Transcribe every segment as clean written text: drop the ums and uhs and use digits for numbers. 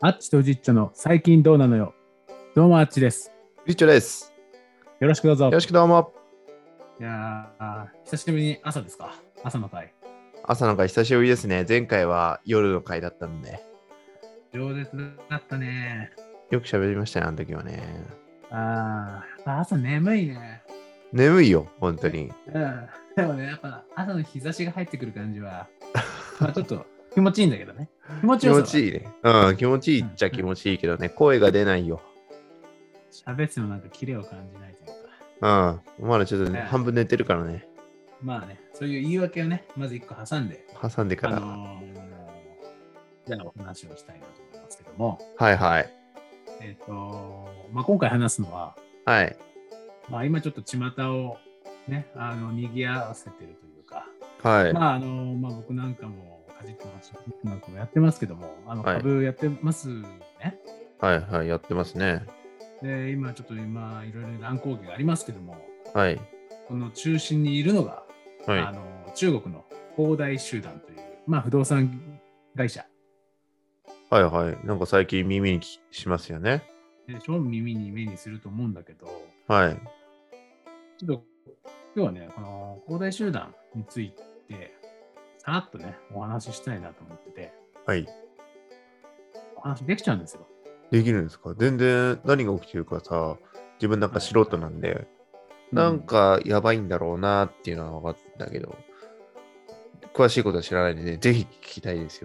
アッチとジッチョの最近どうなのよ。どうもアッチです。 リッチョです。 よろしくどうぞ。 よろしくどうも。 いやー、久しぶりに朝ですか。朝の会。 朝の会久しぶりですね。前回は夜の会だったので。 上手だったね。 よく喋りましたね、あの時はね。 朝眠いね。 眠いよ、本当に。 うん。でもね、やっぱ朝の日差しが入ってくる感じは、まあちょっと気持ちいいんだけどね。気持ち気よさは。 持ちいいね。うん、気持ちいいっちゃ気持ちいいけどね、声が出ないよ。 喋ってもなんかキレを感じないといううん、まだちょっとね、 か。 半分寝てるからね。 まあね、そういう言い訳をね、まず一個挟んで、 挟んでから。 じゃあお話をしたいなと思いますけども。 はいはい。 今回話すのは、 はい。 今ちょっと巷をね、賑わせてるというか、 はい。 僕なんかもかじってますし、僕なんかもやってますけども、 はい。 株やってますね。 はいはい、やってますね。 で、いろいろ乱高下がありますけども、 はい。 この中心にいるのが、 はい。 中国の恒大集団という、不動産会社。 はいはい。なんか最近耳にしますよね。 超耳に目にすると思うんだけど、 はい。 ちょっと今日はね、この恒大集団について、さらっとね、お話ししたいなと思ってて、 はい。 お話できちゃうんですよ。 できるんですか？全然何が起きてるかさ、自分なんか素人なんで、なんかやばいんだろうなっていうのは分かってたけど、詳しいことは知らないんでね、ぜひ聞きたいですよ。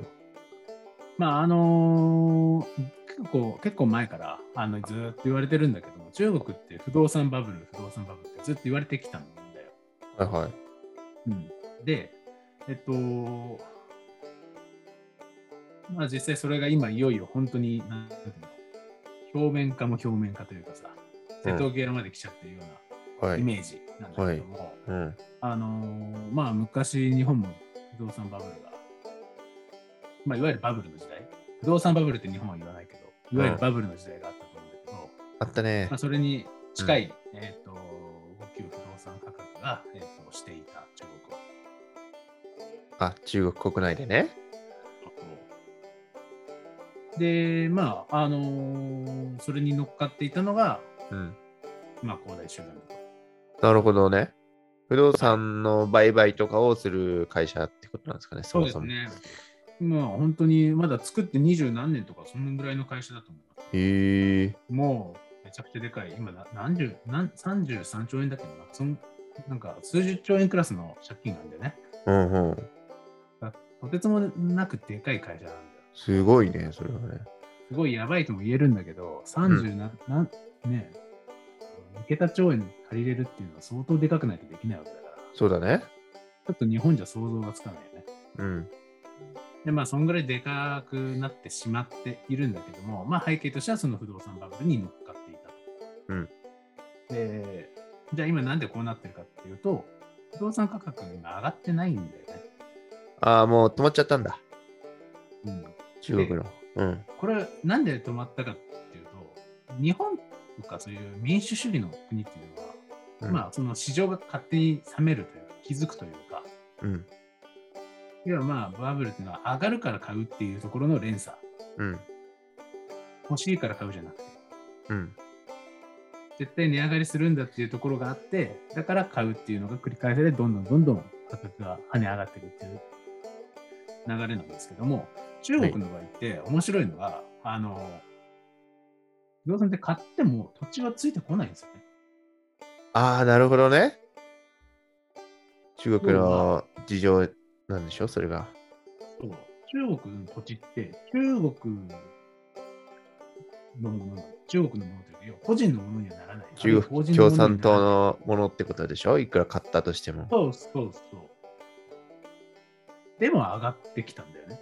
結構前からずっと言われてるんだけども、中国って不動産バブルってずっと言われてきたんだよ。 はいはい。 で、実際それが今いよいよ本当に、なんていうの、表面化も表面化というかさ、瀬戸際まで来ちゃってるようなイメージなんだけども、昔日本も不動産バブルが、いわゆるバブルの時代、不動産バブルって日本は言わないけど、いわゆるバブルの時代があったと思うんだけど、 あったね。 それに近い、動きを不動産価格が、していた中国は。 中国国内でね。 で、それに乗っかっていたのが、恒大集団だと。 なるほどね。不動産の売買とかをする会社ってことなんですかね、そもそも。 そうですね。本当にまだ作って20何年とか、そのぐらいの会社だと思います。 へえ。 もうめちゃくちゃでかい。今33兆円だっけどなんか数十兆円クラスの借金なんだよね。とてつもなくでかい会社なんだよ。 すごいね、それはね。 すごいやばいとも言えるんだけど、2桁兆円借りれるっていうのは相当でかくないとできないわけだから。 そうだね。 ちょっと日本じゃ想像がつかないよね。で、そんぐらいでかくなってしまっているんだけども、背景としてはその不動産バブルに乗っかっていたと。で、じゃあ今なんでこうなってるかっていうと、不動産価格が今上がってないんだよね。 もう止まっちゃったんだ。中国の。 これなんで止まったかっていうと、日本とかそういう民主主義の国っていうのは、その市場が勝手に冷めるというか、気づくというか、要はバブルっていうのは上がるから買うっていうところの連鎖。欲しいから買うじゃなくて、絶対値上がりするんだっていうところがあって、だから買うっていうのが繰り返され、どんどん価格が跳ね上がっていくっていう流れなんですけども、中国の場合って面白いのが、不動産って買っても土地はついてこないんですよね。 なるほどね。中国の事情なんでしょ、それが。 そう。中国の土地って、中国のものというか、個人のものにはならない。 中国共産党のものってことでしょ、いくら買ったとしても。 そう。でも上がってきたんだよね。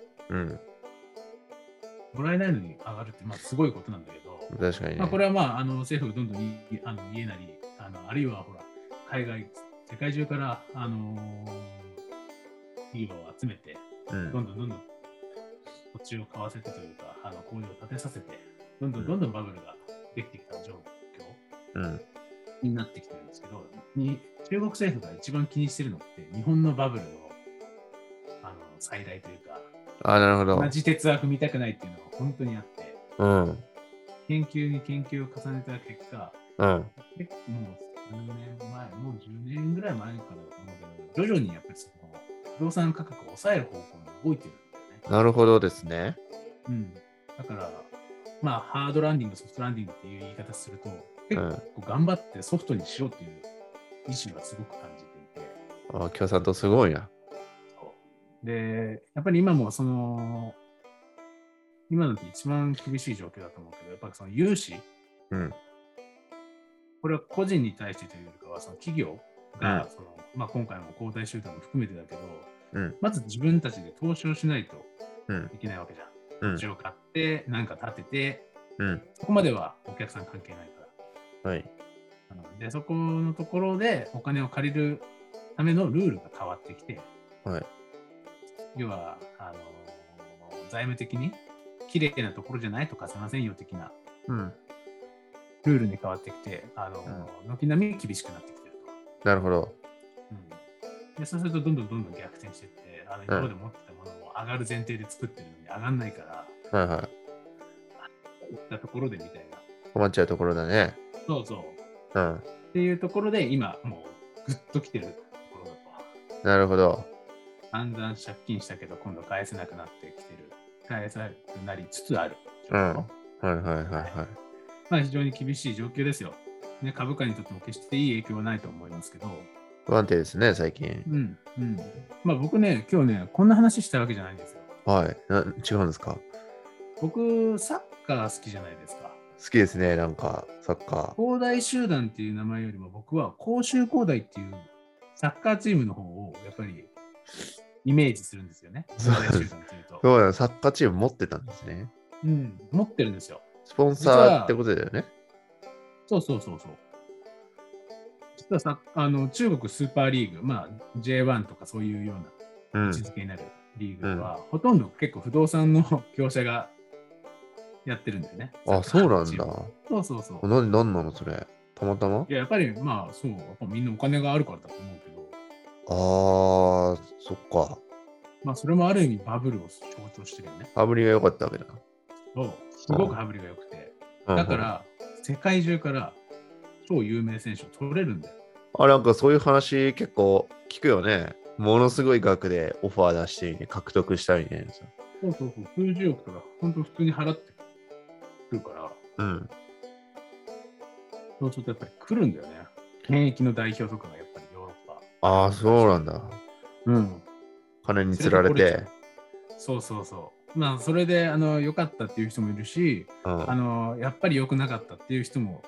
もらえないのに上がるって、すごいことなんだけど、 確かにね。 これは政府がどんどん家なり、あるいはほら、世界中から、企業を集めて、どんどん土地を買わせてというか、工場を建てさせて、どんどんバブルができてきた状況になってきてるんですけど、中国政府が一番気にしてるのって、日本のバブルの再来というか、 なるほど。 同じ鉄は踏みたくないっていうのが本当にあって、 うん。 研究に研究を重ねた結果、 うん。 結構もう数年前、もう10年ぐらい前からだと思うけど、徐々にやっぱりその不動産価格を抑える方向に動いてるんだよね。 なるほどですね。 うん。だから、まあ、ハードランディング、ソフトランディングっていう言い方すると、結構頑張ってソフトにしようっていう意思はすごく感じていて。 ああ、共産党すごいな。 で、やっぱり今もその、今のって一番厳しい状況だと思うけど、やっぱりその融資、 うん。 これは個人に対してというよりかは、その企業が、そのまあ、今回も恒大集団も含めてだけど、まず自分たちで投資をしないといけないわけじゃん。土地を買って、なんか建てて、そこまではお客さん関係ないから。 はい。 で、そこのところでお金を借りるためのルールが変わってきて、 はい、 要は、財務的に綺麗なところじゃないと貸せませんよ的なルールに変わってきて、軒並み厳しくなってきてると。なるほど。 でそうするとどんどん逆転していって、今まで持ってたものも上がる前提で作ってるのに上がんないから、 はいはい。 いったところでみたいな。 困っちゃうところだね。 そうそう。っていうところで今もうグッと来てるところだと。なるほど。 だんだん借金したけど今度返せなくなってきてる。返せなくなりつつある。 はいはいはいはい。 まあ非常に厳しい状況ですよ。ね、株価にとっても決していい影響はないと思いますけど。 不安定ですね、最近。 まあ僕ね、今日ね、こんな話したわけじゃないんですよ。 はい。違うんですか？ 僕、サッカー好きじゃないですか。 好きですね、なんか、サッカー。 恒大集団っていう名前よりも僕は甲州恒大っていうサッカーチームの方をやっぱりイメージするんですよね。恒大集団っていうと。 そうだ、サッカーチーム持ってたんですね。 持ってるんですよ。 スポンサーってことだよね。 そう。実はさ、中国スーパーリーグ、まあ J1 とかそういうような位置づけになるリーグでは、ほとんど結構不動産の業者がやってるんだよね。 あ、そうなんだ。 そう。 なんなのそれ。たまたま？ いや、やっぱりまあそう、やっぱみんなお金があるからだと思うけど。 そっか。 まあそれもある意味バブルを象徴してるよね。 羽振りが良かったわけだ。 そう、すごく羽振りが良くて。だから、世界中から超有名選手を取れるんだよ。 なんかそういう話結構聞くよね。ものすごい額でオファー出してね、獲得したりね。 そう。数十億とか、本当普通に払ってくるから。そうするとやっぱり来るんだよね。現役の代表とかがやっぱりヨーロッパ。そうなんだ。金に釣られて。 そう。まあ、それで良かったっていう人もいるし、やっぱり良くなかったっていう人も、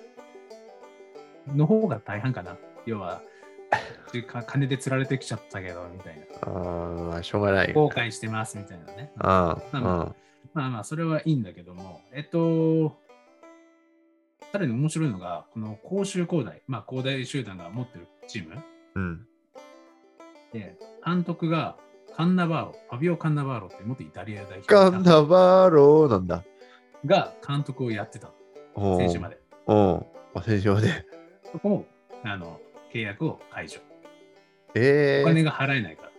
の方が大半かな。要は、金で釣られてきちゃったけど、みたいな。しょうがない。 後悔してます、みたいなね。まあ、それはいいんだけども、さらに面白いのが、この甲州恒大、まあ、恒大集団が持ってるチーム。で、監督がファビオ・カンナバーロって元イタリア代表。 カンナバーロなんだ。 が監督をやってた。選手まで。 選手まで。 そこも契約を解除。おお金が払えないから。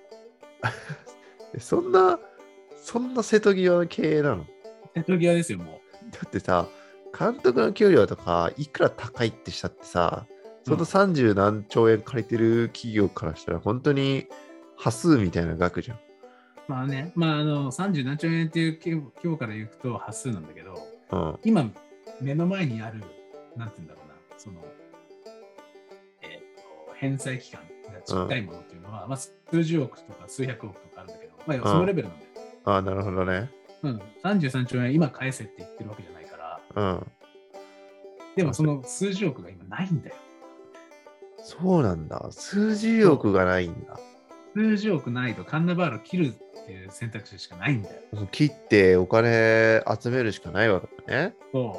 そんな瀬戸際の経営なの？ 瀬戸際ですよ、もう。だってさ、監督の給料とかいくら高いってしたってさ、その30何兆円借りてる企業からしたら本当に端数みたいな額じゃん。 まあね、30何兆円っていう規模から言うと端数なんだけど、今目の前にある、なんて言うんだろうな、その、返済期間が近いものっていうのは、数十億とか数百億とかあるんだけど、そのレベルなんだよ。 なるほどね。 33兆円今返せって言ってるわけじゃないから、でもその数十億が今ないんだよ。 そうなんだ。数十億がないんだ。 数十億ないとカンナバール切るっていう選択肢しかないんだよ。 切ってお金集めるしかないわけだね。 そう。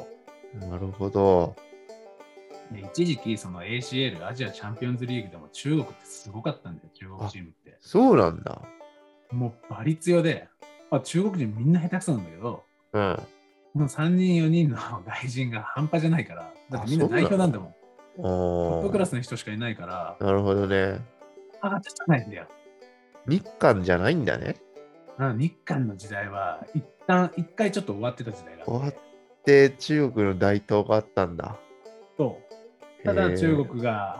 なるほど。 一時期その ACL アジアチャンピオンズリーグでも中国ってすごかったんだよ、中国チームって。 そうなんだ。 もうバリ強で、中国人みんな下手くそなんだけど、もう3人4人の外人が半端じゃないから、だってみんな代表なんだもん。トップクラスの人しかいないから。 なるほどね。 上がってないんだよ。 日韓じゃないんだね。 日韓の時代は一一回ちょっと終わってた時代があって。 終わって中国の台頭があったんだ。 そう。ただ中国が、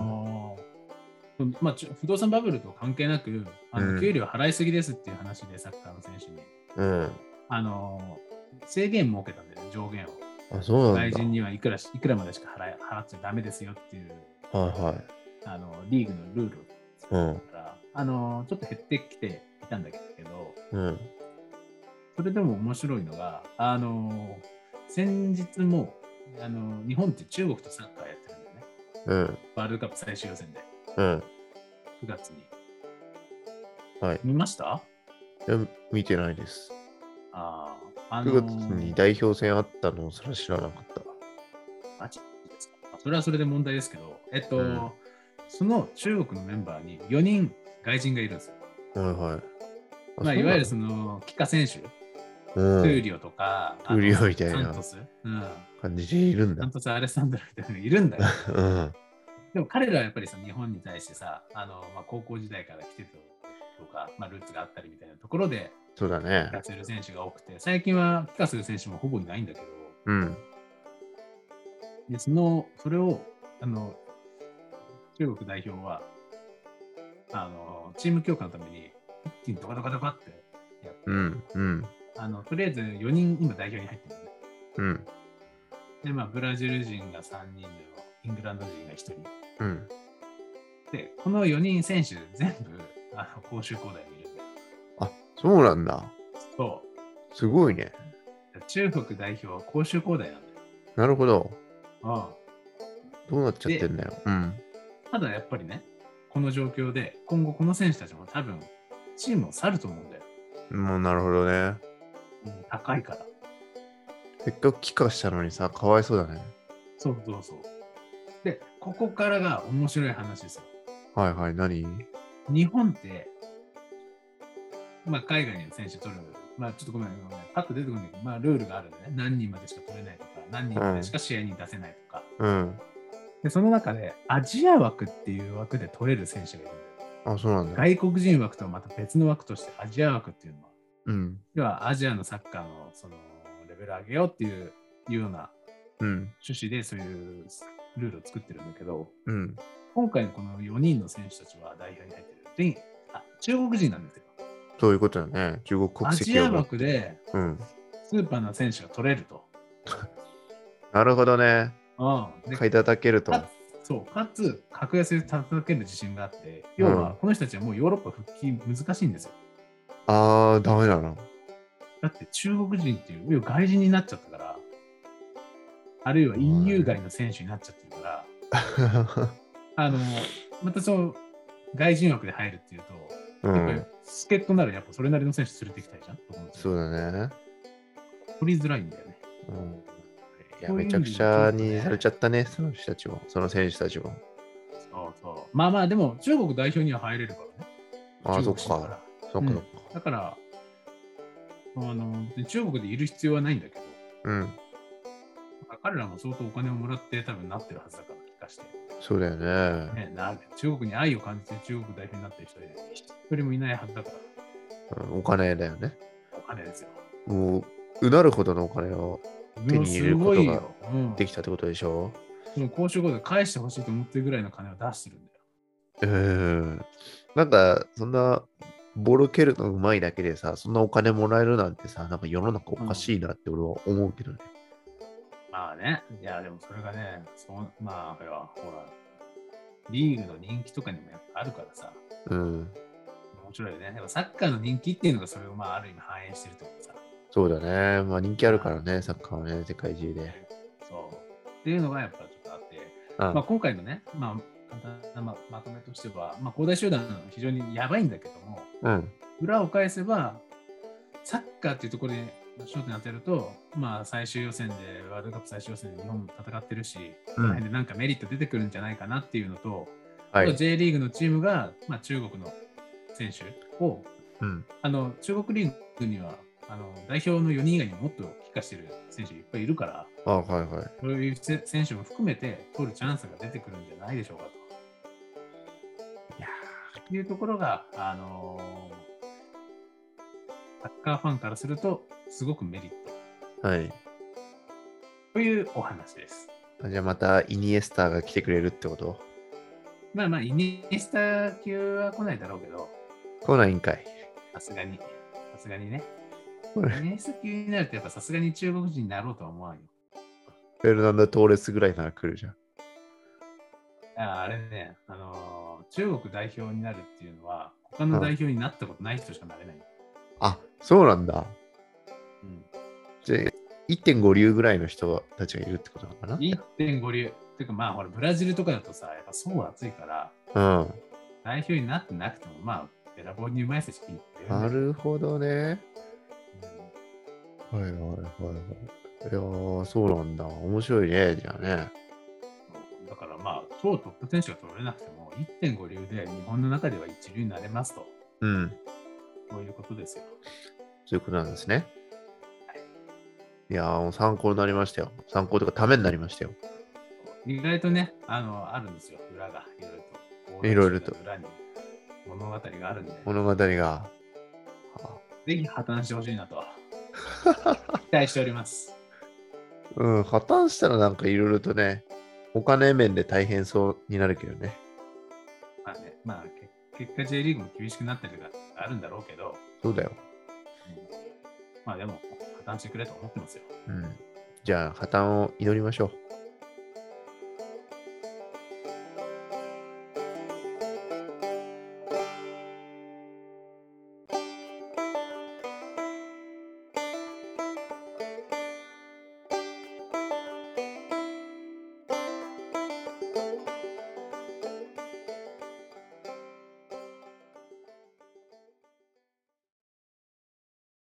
まあ、不動産バブルと関係なく、給料払いすぎですっていう話で、サッカーの選手に。制限設けたんだよね、上限を。 あ、そうなんだ。 外人にはいくらまでしか払っちゃダメですよっていう、リーグのルールを作ったから、ちょっと減ってきていたんだけど、それでも面白いのが、先日も日本って中国とサッカーやってるんだよね。ワールドカップ最終予選で。9月に。見ました？ 見てないです。9月に代表戦あったのをそれは知らなかった。 マジですか？それはそれで問題ですけど、その中国のメンバーに4人外人がいるんですよ。いわゆるその帰化選手、トゥーリオとか、 トゥーリオみたいなサントス、 感じでいるんだ。 サントス・アレサンドロみたいなのがいるんだよ。でも彼らはやっぱり日本に対してさ、高校時代から来てたとか、ルーツがあったりみたいなところで、 そうだね。 帰化する選手が多くて、最近は帰化する選手もほぼいないんだけど、でそれを中国代表はチーム強化のために一気にドカドカドカってやって、とりあえず4人今代表に入ってるんで、でブラジル人が3人のイングランド人が1人、でこの4人選手全部攻守交代にいるんだよ。 あ、そうなんだ。 そう。 すごいね。 中国代表は攻守交代なんだよ。 なるほど。どうなっちゃってんだよ。 ただやっぱりね、この状況で今後この選手たちも多分チームを去ると思うんだよ。 もうなるほどね。 高いから。 せっかく帰化したのにさ、かわいそうだね。 そう。で、ここからが面白い話ですよ。 何？ 日本って、海外の選手取る、ちょっとごめん、パッと出てくるんだけど、ルールがあるんでね、何人までしか取れないとか、何人までしか試合に出せないとか。で、その中でアジア枠っていう枠で取れる選手がいるんだよ。 あ、そうなんだ。 外国人枠とはまた別の枠としてアジア枠っていうのは、要はアジアのサッカーのそのレベル上げようっていうような趣旨でそういうルールを作ってるんだけど、今回のこの4人の選手たちは代表に入ってる。中国人なんですよ。 そういうことだね。中国国籍を。 アジア枠でスーパーな選手が取れると。 なるほどね。買い叩けると。 かつ、格安で叩ける自信があって、要はこの人たちはもうヨーロッパ復帰難しいんですよ。 ダメだな。 だって中国人っていう外人になっちゃったから、あるいは EU 外の選手になっちゃってるから、また外人枠で入るっていうと、やっぱり助っ人ならやっぱそれなりの選手連れてきたいじゃん。 そうだね。 取りづらいんだよね。 いや、めちゃくちゃにされちゃったね、その人たちも、その選手たちも。 そう。でも中国代表には入れるからね。 そっか。 だから、中国でいる必要はないんだけど、彼らも相当お金をもらって多分なってるはずだから気がして。 そうだよね。 中国に愛を感じて中国代表になってる人で一人もいないはずだから。 お金だよね。 お金ですよ。 もう、うなるほどのお金を手に入れることができたってことでしょ。 交渉後で返してほしいと思ってるぐらいの金を出してるんだよ。 なんか、そんな、ボール蹴るのうまいだけでさ、そんなお金もらえるなんてさ、なんか世の中おかしいなって俺は思うけどね。 いや、でもそれがね、ほら、リーグの人気とかにもやっぱあるからさ。面白いよね。やっぱサッカーの人気っていうのがそれをある意味反映してるってことさ。 そうだね。人気あるからね、サッカーはね、世界中で。 そう。っていうのがやっぱちょっとあって、今回のね、簡単なまとめとしては、恒大集団非常にやばいんだけども、裏を返せば、サッカーっていうところで焦点当てると、最終予選で、ワールドカップ最終予選で日本も戦ってるし、この辺でなんかメリット出てくるんじゃないかなっていうのと、J リーグのチームが、中国の選手を、中国リーグには代表の4人以外にもっと帰化してる選手いっぱいいるから、そういう選手も含めて取るチャンスが出てくるんじゃないでしょうかと。いうところが、サッカーファンからするとすごくメリット。はい。 というお話です。 じゃあまたイニエスターが来てくれるってこと？ まあまあ、イニエスタ級は来ないだろうけど。 来ないんかい。 さすがに。さすがにね。イニエスタ級になるとやっぱさすがに中国人になろうとは思わんよ。 フェルナンド・トーレスぐらいなら来るじゃん。 あれね、中国代表になるっていうのは、他の代表になったことない人しかなれない。 あ、そうなんだ。 うん。 じゃあ、1.5 流ぐらいの人たちがいるってことなのかな？ 1.5 流。っていうかまあ、ほら、ブラジルとかだとさ、やっぱそう暑いから、 うん。 代表になってなくても、まあ、べらぼうにうまい人しかいる、 なるほどね。はいはいはいはい。いやー、そうなんだ。面白いね、じゃあね。 だからまあ、超トップ選手が取れなくても、1.5 流で日本の中では一流になれますと。 うん。 こういうことですよ。 そういうことなんですね。はい、いやー、もう参考になりましたよ。参考とかためになりましたよ。 意外とね、あるんですよ、裏が。 いろいろと。 裏に物語があるんで。 物語が。 ぜひ破綻してほしいなと。期待しております。 うん、破綻したらなんかいろいろとね、お金面で大変そうになるけどね。 まあね、まあ結果 J リーグも厳しくなってるがあるんだろうけど。 そうだよ。 まあでも、破綻してくれと思ってますよ。 うん。じゃあ、破綻を祈りましょう。